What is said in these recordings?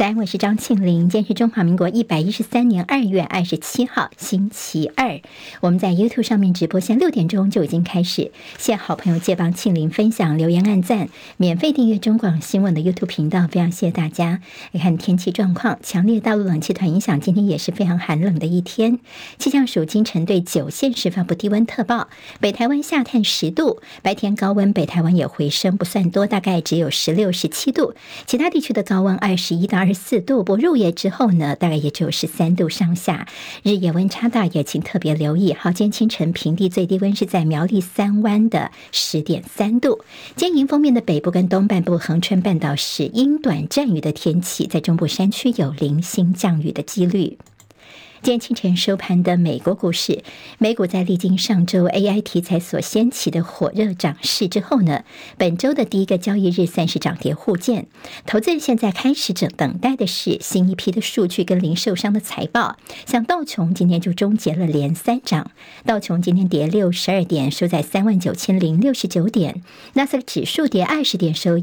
三，我是张庆玲。今天是中华民国113年2月27号，星期二。我们在 YouTube 上面直播，现在6点钟就已经开始。谢谢好朋友借帮庆玲分享、留言、按赞，免费订阅中广新闻的 YouTube 频道，非常谢谢大家。来看天气状况，强烈大陆冷气团影响，今天也是非常寒冷的一天。气象署今晨对9县市发布低温特报，北台湾下探10度，白天高温北台湾也回升，不算多，大概只有16、17度，其他地区的高温21到24度，不过入夜之后呢，大概也只有13度上下，日夜温差大，也请特别留意。好，今天清晨平地最低温是在苗栗三湾的10.3度。今天迎风面的北部跟东半部恒春半岛是阴短暂雨的天气，在中部山区有零星降雨的几率。今天清晨收盘的美国股市，美股在历经上周 AI 题材所掀起的火热涨势之后呢，本周的第一个交易日算是涨跌互见。投资人现在开始等待的是新一批的数据跟零售商的财报。像道琼今天就终结了连3涨，道琼今天跌62点，收在39,069点；纳斯达克指数跌20点，收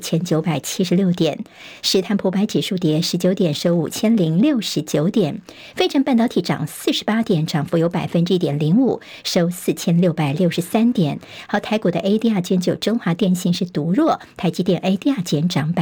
15,976点；史坦普500指数跌19点，收5,069点；费城半导体涨48点，涨幅有1.05%，收4663点。好，台股的 ADR 今天只有中华电信是独弱，台积电 ADR 减涨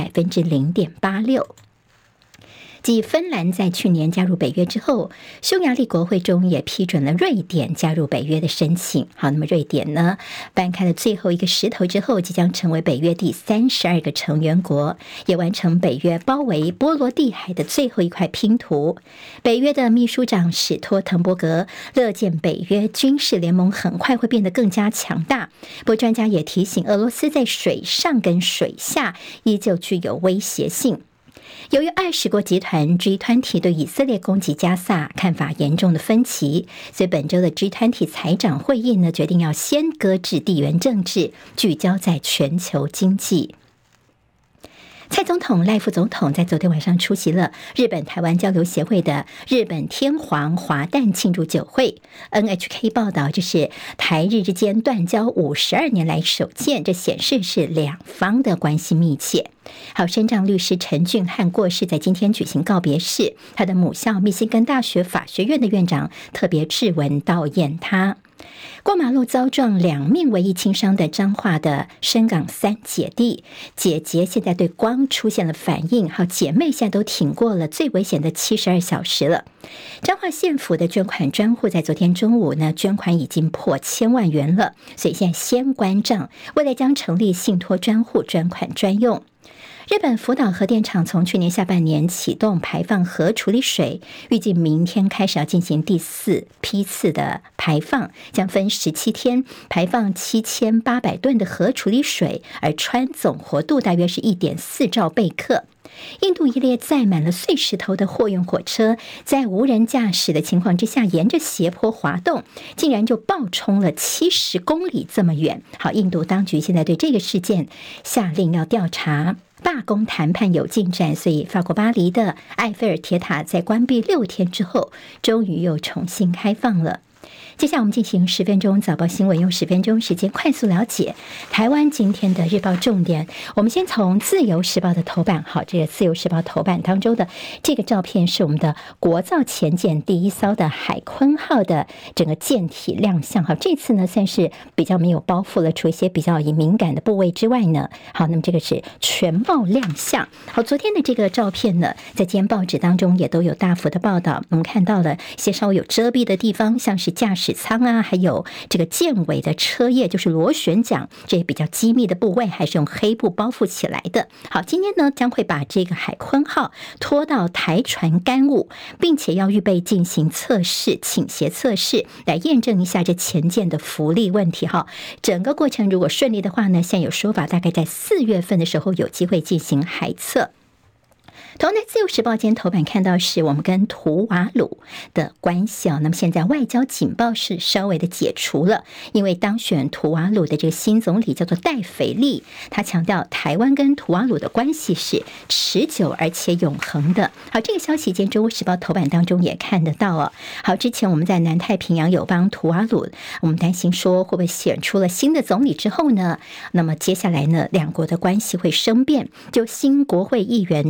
0.86%。继芬兰在去年加入北约之后，匈牙利国会中也批准了瑞典加入北约的申请。好，那么瑞典呢，搬开了最后一个石头之后，即将成为北约第32个成员国，也完成北约包围波罗的海的最后一块拼图。北约的秘书长史托滕伯格乐见北约军事联盟很快会变得更加强大，不过专家也提醒，俄罗斯在水上跟水下依旧具有威胁性。由于20国集团 G20 对以色列攻击加萨看法严重的分歧，所以本周的 G20 财长会议呢，决定要先搁置地缘政治，聚焦在全球经济。蔡总统、赖副总统在昨天晚上出席了日本台湾交流协会的日本天皇华诞庆祝酒会。NHK 报道，这是台日之间断交52年来首见，这显示是两方的关系密切。好，身障律师陈俊翰过世，在今天举行告别式，他的母校密西根大学法学院的院长特别致文悼唁他。过马路遭撞2命唯一轻伤的彰化的深港3姐弟，姐姐现在对光出现了反应，好，姐妹现在都挺过了最危险的72小时了。彰化县府的捐款专户在昨天中午呢，捐款已经破1000万元了，所以现在先关账，未来将成立信托专户，专款专用。日本福岛核电厂从去年下半年启动排放核处理水，预计明天开始要进行第4批次的排放，将分17天排放7800吨的核处理水，而氚总活度大约是1.4兆贝克。印度一列载满了碎石头的货运火车，在无人驾驶的情况之下，沿着斜坡滑动，竟然就暴冲了70公里这么远。好，印度当局现在对这个事件下令要调查。罢工谈判有进展，所以法国巴黎的埃菲尔铁塔在关闭6天之后，终于又重新开放了。接下来我们进行10分钟早报新闻，用10分钟时间快速了解台湾今天的日报重点。我们先从自由时报的头版，好，这个自由时报头版当中的这个照片是我们的国造前舰第1艘的海鲲号的整个舰体亮相。好，这次呢算是比较没有包袱了，除一些比较敏感的部位之外呢，好，那么这个是全貌亮相。好，昨天的这个照片呢，在今天报纸当中也都有大幅的报道，我们看到了一些稍微有遮蔽的地方，像是驾驶舱啊，还有这个舰尾的车叶，就是螺旋桨这些比较机密的部位，还是用黑布包覆起来的。好，今天呢将会把这个海鲲号拖到台船干务，并且要预备进行测试，倾斜测试，来验证一下这前舰的浮力问题。哈，整个过程如果顺利的话呢，现在有说法，大概在4月份的时候有机会进行海测。同在自由时报今天头版看到是我们跟图瓦鲁的关系那么现在外交警报是稍微的解除了，因为当选图瓦鲁的这个新总理叫做戴斐利，他强调台湾跟图瓦鲁的关系是持久而且永恒的。好，这个消息今天中国时报头版当中也看得到好，之前我们在南太平洋友邦图瓦鲁，我们担心说会不会选出了新的总理之后呢，那么接下来呢两国的关系会生变，就新国会议员戴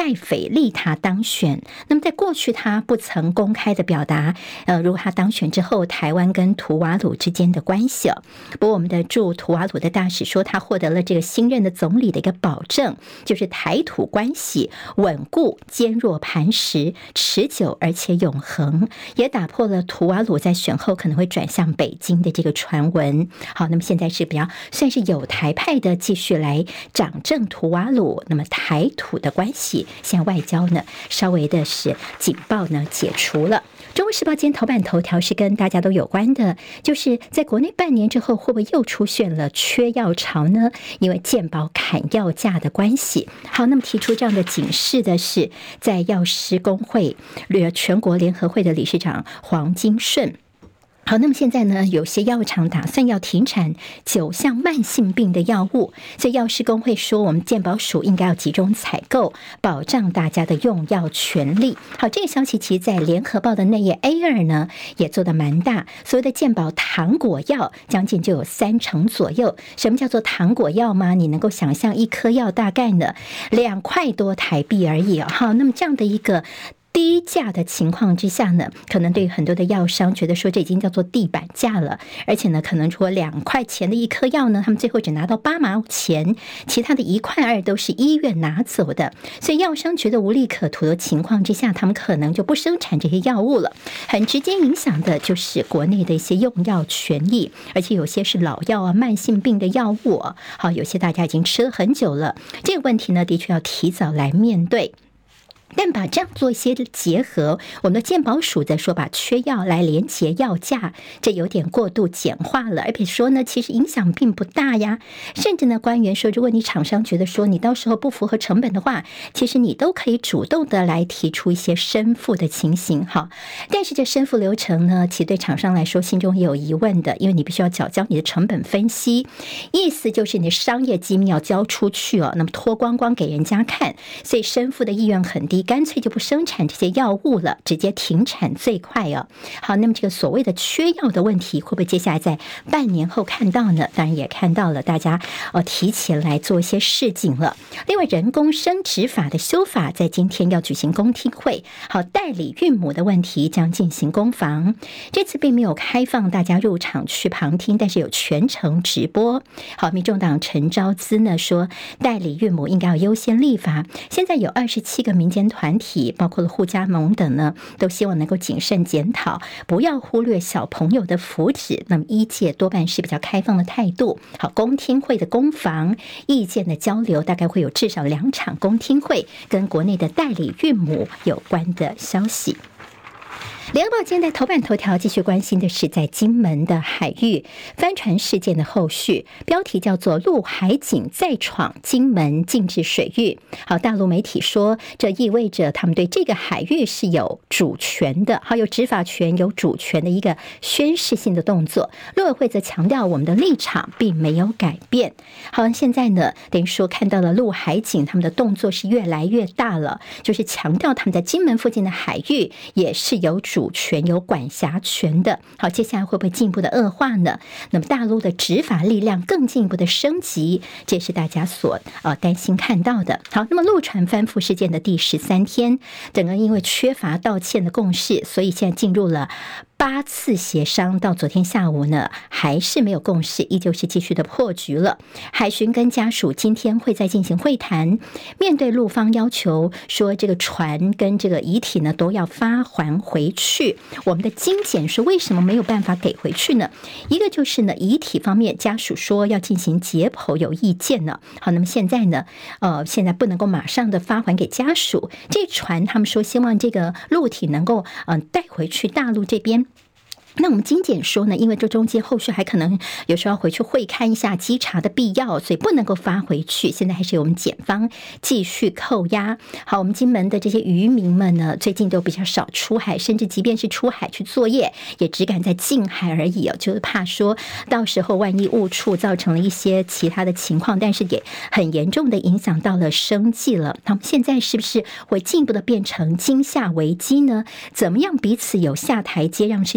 戴斐丽塔当选。那么在过去他不曾公开的表达如果他当选之后台湾跟图瓦鲁之间的关系不过我们的驻图瓦鲁的大使说他获得了这个新任的总理的一个保证，就是台土关系稳固坚若磐石，持久而且永恒，也打破了图瓦鲁在选后可能会转向北京的这个传闻。好，那么现在是比较算是有台派的继续来掌政图瓦鲁，那么台土的关系现在外交呢稍微的是警报呢解除了。中国时报今天头版头条是跟大家都有关的，就是在国内半年之后会不会又出现了缺药潮呢？因为健保砍药价的关系。好，那么提出这样的警示的是在药师公会全国联合会的理事长黄金顺。好，那么现在呢，有些药厂打算要停产9项慢性病的药物，所以药师公会说，我们健保署应该要集中采购，保障大家的用药权利。好，这个消息其实在联合报的内页 A2 呢也做得蛮大，所谓的健保糖果药将近就有30%左右。什么叫做糖果药吗？你能够想象一颗药大概呢2块多台币而已。好，那么这样的一个低价的情况之下呢，可能对于很多的药商觉得说这已经叫做地板价了，而且呢可能说2块钱的一颗药呢，他们最后只拿到8毛钱，其他的1块2都是医院拿走的，所以药商觉得无利可图的情况之下，他们可能就不生产这些药物了。很直接影响的就是国内的一些用药权益，而且有些是老药啊、慢性病的药物好，有些大家已经吃了很久了，这个问题呢的确要提早来面对。但把这样做一些结合，我们的健保署在说把缺药来连结药价，这有点过度简化了，而且说呢其实影响并不大呀。甚至呢官员说，如果你厂商觉得说你到时候不符合成本的话，其实你都可以主动的来提出一些申复的情形。好，但是这申复流程呢，其实对厂商来说心中也有疑问的，因为你必须要缴交你的成本分析，意思就是你的商业机密要交出去那么脱光光给人家看，所以申复的意愿很低，干脆就不生产这些药物了，直接停产最快好，那么这个所谓的缺药的问题，会不会接下来在半年后看到呢？当然也看到了，大家提前来做一些示警了。另外，人工生殖法的修法在今天要举行公听会，好，代理孕母的问题将进行攻防。这次并没有开放大家入场去旁听，但是有全程直播。好，民众党陈昭姿呢说，代理孕母应该要优先立法。现在有27个民间团体，包括了护家盟等呢，都希望能够谨慎检讨，不要忽略小朋友的福祉。那么医界多半是比较开放的态度。好，公听会的攻防意见的交流，大概会有至少2场公听会跟国内的代理孕母有关的消息。联合报今天的头版头条继续关心的是在金门的海域帆船事件的后续，标题叫做陆海警再闯金门禁制水域。好，大陆媒体说这意味着他们对这个海域是有主权的，好，有执法权有主权的一个宣示性的动作。陆委会则强调我们的立场并没有改变。好，现在呢等于说看到了陆海警他们的动作是越来越大了，就是强调他们在金门附近的海域也是有主权有管辖权的。好，接下来会不会进一步的恶化呢？那么大陆的执法力量更进一步的升级，这是大家所担心看到的。好，那么陆船翻覆事件的第13天，整个因为缺乏道歉的共识，所以现在进入了8次协商，到昨天下午呢还是没有共识，依旧是继续的破局了。海巡跟家属今天会再进行会谈，面对陆方要求说这个船跟这个遗体呢都要发还回去，我们的精简说为什么没有办法给回去呢？一个就是呢遗体方面家属说要进行解剖有意见呢。好，那么现在呢现在不能够马上的发还给家属，这船他们说希望这个陆体能够带回去大陆这边。那我们精简说呢，因为这中间后续还可能有时候要回去会看一下稽查的必要，所以不能够发回去。现在还是由我们检方继续扣押。好，我们金门的这些渔民们呢，最近都比较少出海，甚至即便是出海去作业，也只敢在近海而已就是怕说到时候万一误触造成了一些其他的情况，但是也很严重的影响到了生计了。那么现在是不是会进一步的变成惊吓危机呢？怎么样彼此有下台阶让事情落幕？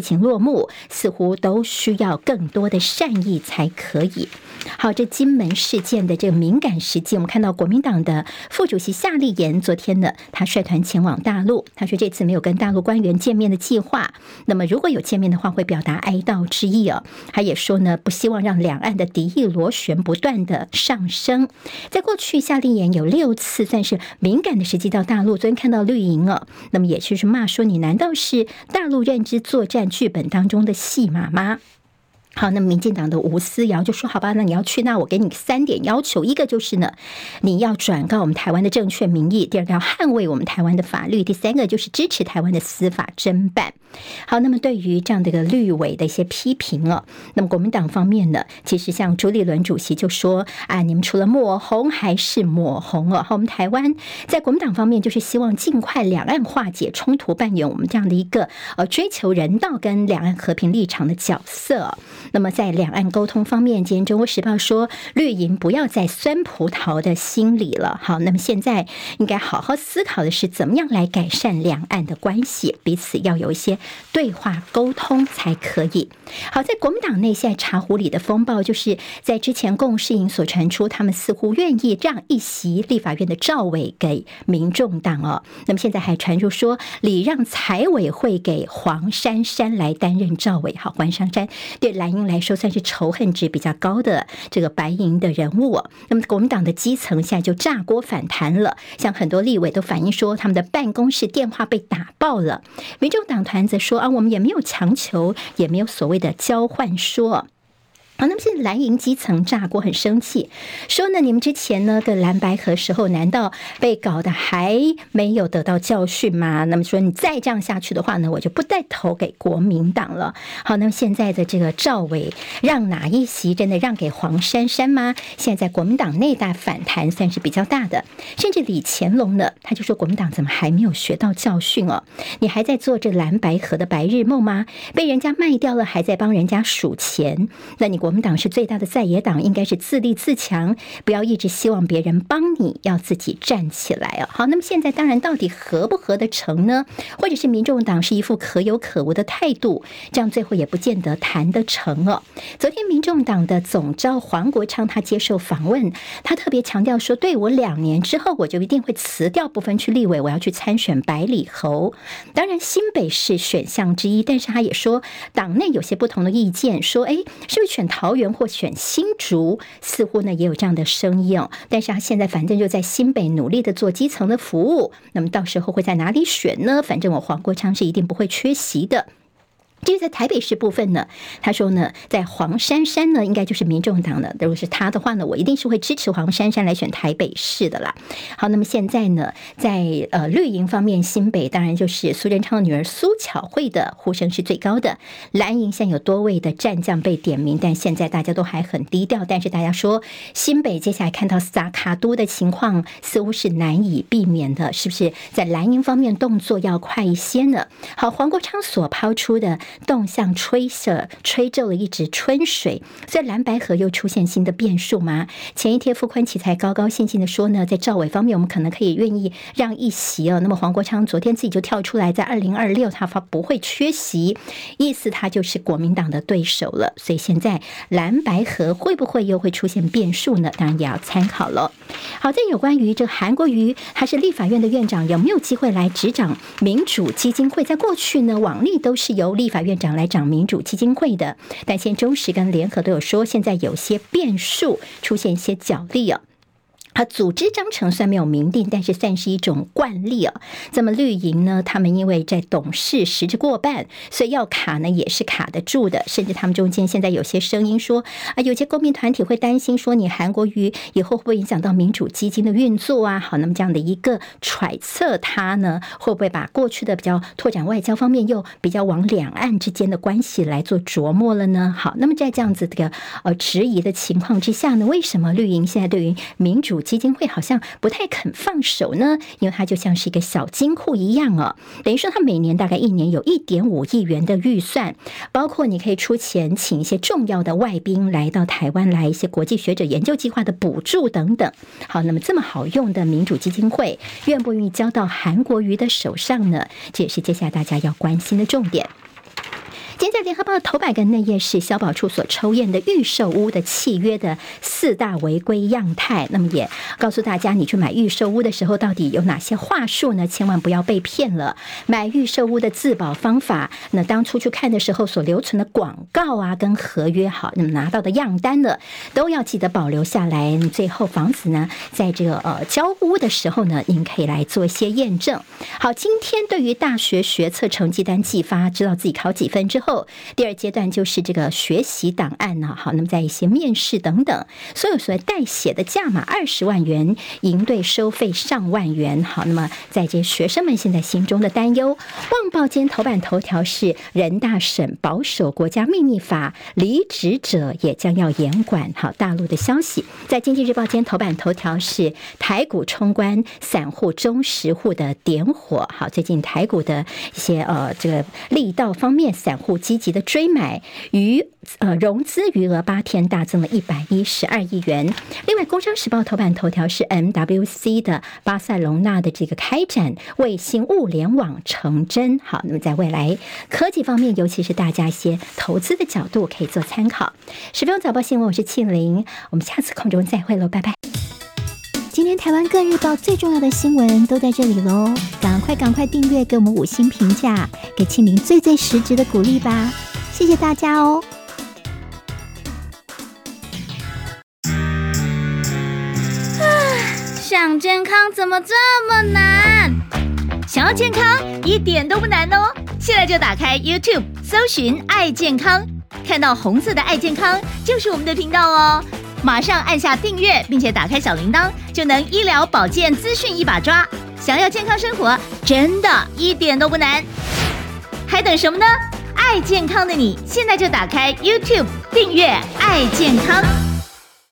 目，似乎都需要更多的善意才可以。好，这金门事件的这个敏感时机，我们看到国民党的副主席夏立言昨天呢，他率团前往大陆，他说这次没有跟大陆官员见面的计划，那么如果有见面的话，会表达哀悼之意哦。他也说呢，不希望让两岸的敌意螺旋不断的上升。在过去，夏立言有6次算是敏感的时机到大陆，昨天看到绿营哦，那么也就是骂说，你难道是大陆认知作战剧本当中的戏码吗？好，那么民进党的吴思瑶就说，好吧，那你要去，那我给你3点要求，一个就是呢，你要转告我们台湾的正确民意，第二个要捍卫我们台湾的法律，第三个就是支持台湾的司法侦办。好，那么对于这样的一个绿委的一些批评哦，那么国民党方面呢，其实像朱立伦主席就说啊，你们除了抹红还是抹红哦。好，我们台湾在国民党方面就是希望尽快两岸化解冲突，扮演我们这样的一个追求人道跟两岸和平立场的角色哦。那么在两岸沟通方面，今天中国时报说，绿营不要再酸葡萄的心理了。好，那么现在应该好好思考的是，怎么样来改善两岸的关系，彼此要有一些对话沟通才可以。好，在国民党内现在茶壶里的风暴，就是在之前共识营所传出，他们似乎愿意让一席立法院的召委给民众党哦。那么现在还传出说，礼让财委会给黄珊珊来担任召委。好，黄珊珊对蓝营来说算是仇恨值比较高的这个白营的人物哦。那么国民党的基层现在就炸锅反弹了，像很多立委都反映说，他们的办公室电话被打爆了。民众党团则说啊，我们也没有强求，也没有所谓的交换说。好，那么现在蓝营基层炸锅很生气，说呢，你们之前呢跟蓝白合时候，难道被搞得还没有得到教训吗？那么说你再这样下去的话呢，我就不再投给国民党了。好，那么现在的这个召委让哪一席真的让给黄珊珊吗？现在国民党内大反弹算是比较大的，甚至李乾龙呢，他就说国民党怎么还没有学到教训哦？你还在做这蓝白合的白日梦吗？被人家卖掉了，还在帮人家数钱，那你国民党是最大的在野党，应该是自立自强，不要一直希望别人帮你，要自己站起来哦。好，那么现在当然到底合不合得成呢？或者是民众党是一副可有可无的态度，这样最后也不见得谈得成哦。昨天民众党的总召黄国昌他接受访问，他特别强调说，对，我2年之后我就一定会辞掉部分区立委，我要去参选百里侯。当然新北是选项之一，但是他也说党内有些不同的意见，说是不是选桃园或选新竹，似乎呢也有这样的声音哦。但是他现在反正就在新北努力的做基层的服务，那么到时候会在哪里选呢？反正我黄国昌是一定不会缺席的。至于在台北市部分呢，他说呢，在黄珊珊呢，应该就是民众党的，如果是他的话呢，我一定是会支持黄珊珊来选台北市的啦。好，那么现在呢，在绿营方面，新北当然就是苏贞昌的女儿苏巧慧的呼声是最高的。蓝营现在有多位的战将被点名，但现在大家都还很低调。但是大家说，新北接下来看到萨卡都的情况，似乎是难以避免的，是不是在蓝营方面动作要快一些呢？好，黄国昌所抛出的动向吹皱了一池春水，所以蓝白合又出现新的变数吗？前一天傅昆萁才高高兴兴的说呢，在召委方面我们可能可以愿意让一席哦。那么黄国昌昨天自己就跳出来，在2026他不会缺席，意思他就是国民党的对手了。所以现在蓝白合会不会又会出现变数呢？当然也要参考了。好，在有关于这韩国瑜他是立法院的院长，有没有机会来执掌民主基金会？在过去呢，往例都是由立法院长来掌民主基金会的，但现在中时跟联合都有说，现在有些变数，出现一些角力哦。组织章程虽然没有明定，但是算是一种惯例哦。这么绿营呢，他们因为在董事实质过半，所以要卡呢也是卡得住的。甚至他们中间现在有些声音说有些公民团体会担心说，你韩国瑜以后会不会影响到民主基金的运作啊？好，那么这样的一个揣测，他呢会不会把过去的比较拓展外交方面，又比较往两岸之间的关系来做琢磨了呢？好，那么在这样子的质疑的情况之下呢，为什么绿营现在对于民主基金会好像不太肯放手呢？因为它就像是一个小金库一样哦，等于说它每年大概1年有1.5亿元的预算，包括你可以出钱请一些重要的外宾来到台湾，来一些国际学者研究计划的补助等等。好，那么这么好用的民主基金会，愿不愿意交到韩国瑜的手上呢？这也是接下来大家要关心的重点。 今天在联合报的头版跟内页是消保处所抽验的预售屋的契约的4大违规样态，那么也告诉大家，你去买预售屋的时候到底有哪些话术呢？千万不要被骗了。买预售屋的自保方法，那当初去看的时候所留存的广告啊跟合约，好，那么拿到的样单呢都要记得保留下来。最后房子呢在这个交屋的时候呢，您可以来做一些验证。好，今天对于大学学测成绩单寄发，知道自己考几分之后，第二阶段就是这个学习档案呢。好，那么在一些面试等等，所有所谓代写的价码20万元，营队收费上万元。好，那么在这些学生们现在心中的担忧，旺报今天头版头条是人大审保守国家秘密法，离职者也将要严管。好，大陆的消息，在经济日报今天头版头条是台股冲关，散户中实户的点火。好，最近台股的一些这个力道方面，散户积极的追买，融资余额8天大增了112亿元。另外，工商时报头版头条是 MWC 的巴塞隆纳的这个开展，卫星物联网成真。好，那么在未来科技方面，尤其是大家一些投资的角度可以做参考。10分钟早报新闻，我是庆玲，我们下次空中再会喽，拜拜。今天台湾各日报最重要的新闻都在这里喽，赶快订阅，给我们5星评价，给庆玲最实质的鼓励吧，谢谢大家哦。 想健康怎么这么难？想要健康一点都不难哦！现在就打开 YouTube 搜寻爱健康，看到红色的爱健康就是我们的频道哦。马上按下订阅，并且打开小铃铛，就能医疗保健资讯一把抓。想要健康生活，真的一点都不难，还等什么呢？爱健康的你，现在就打开 YouTube 订阅爱健康。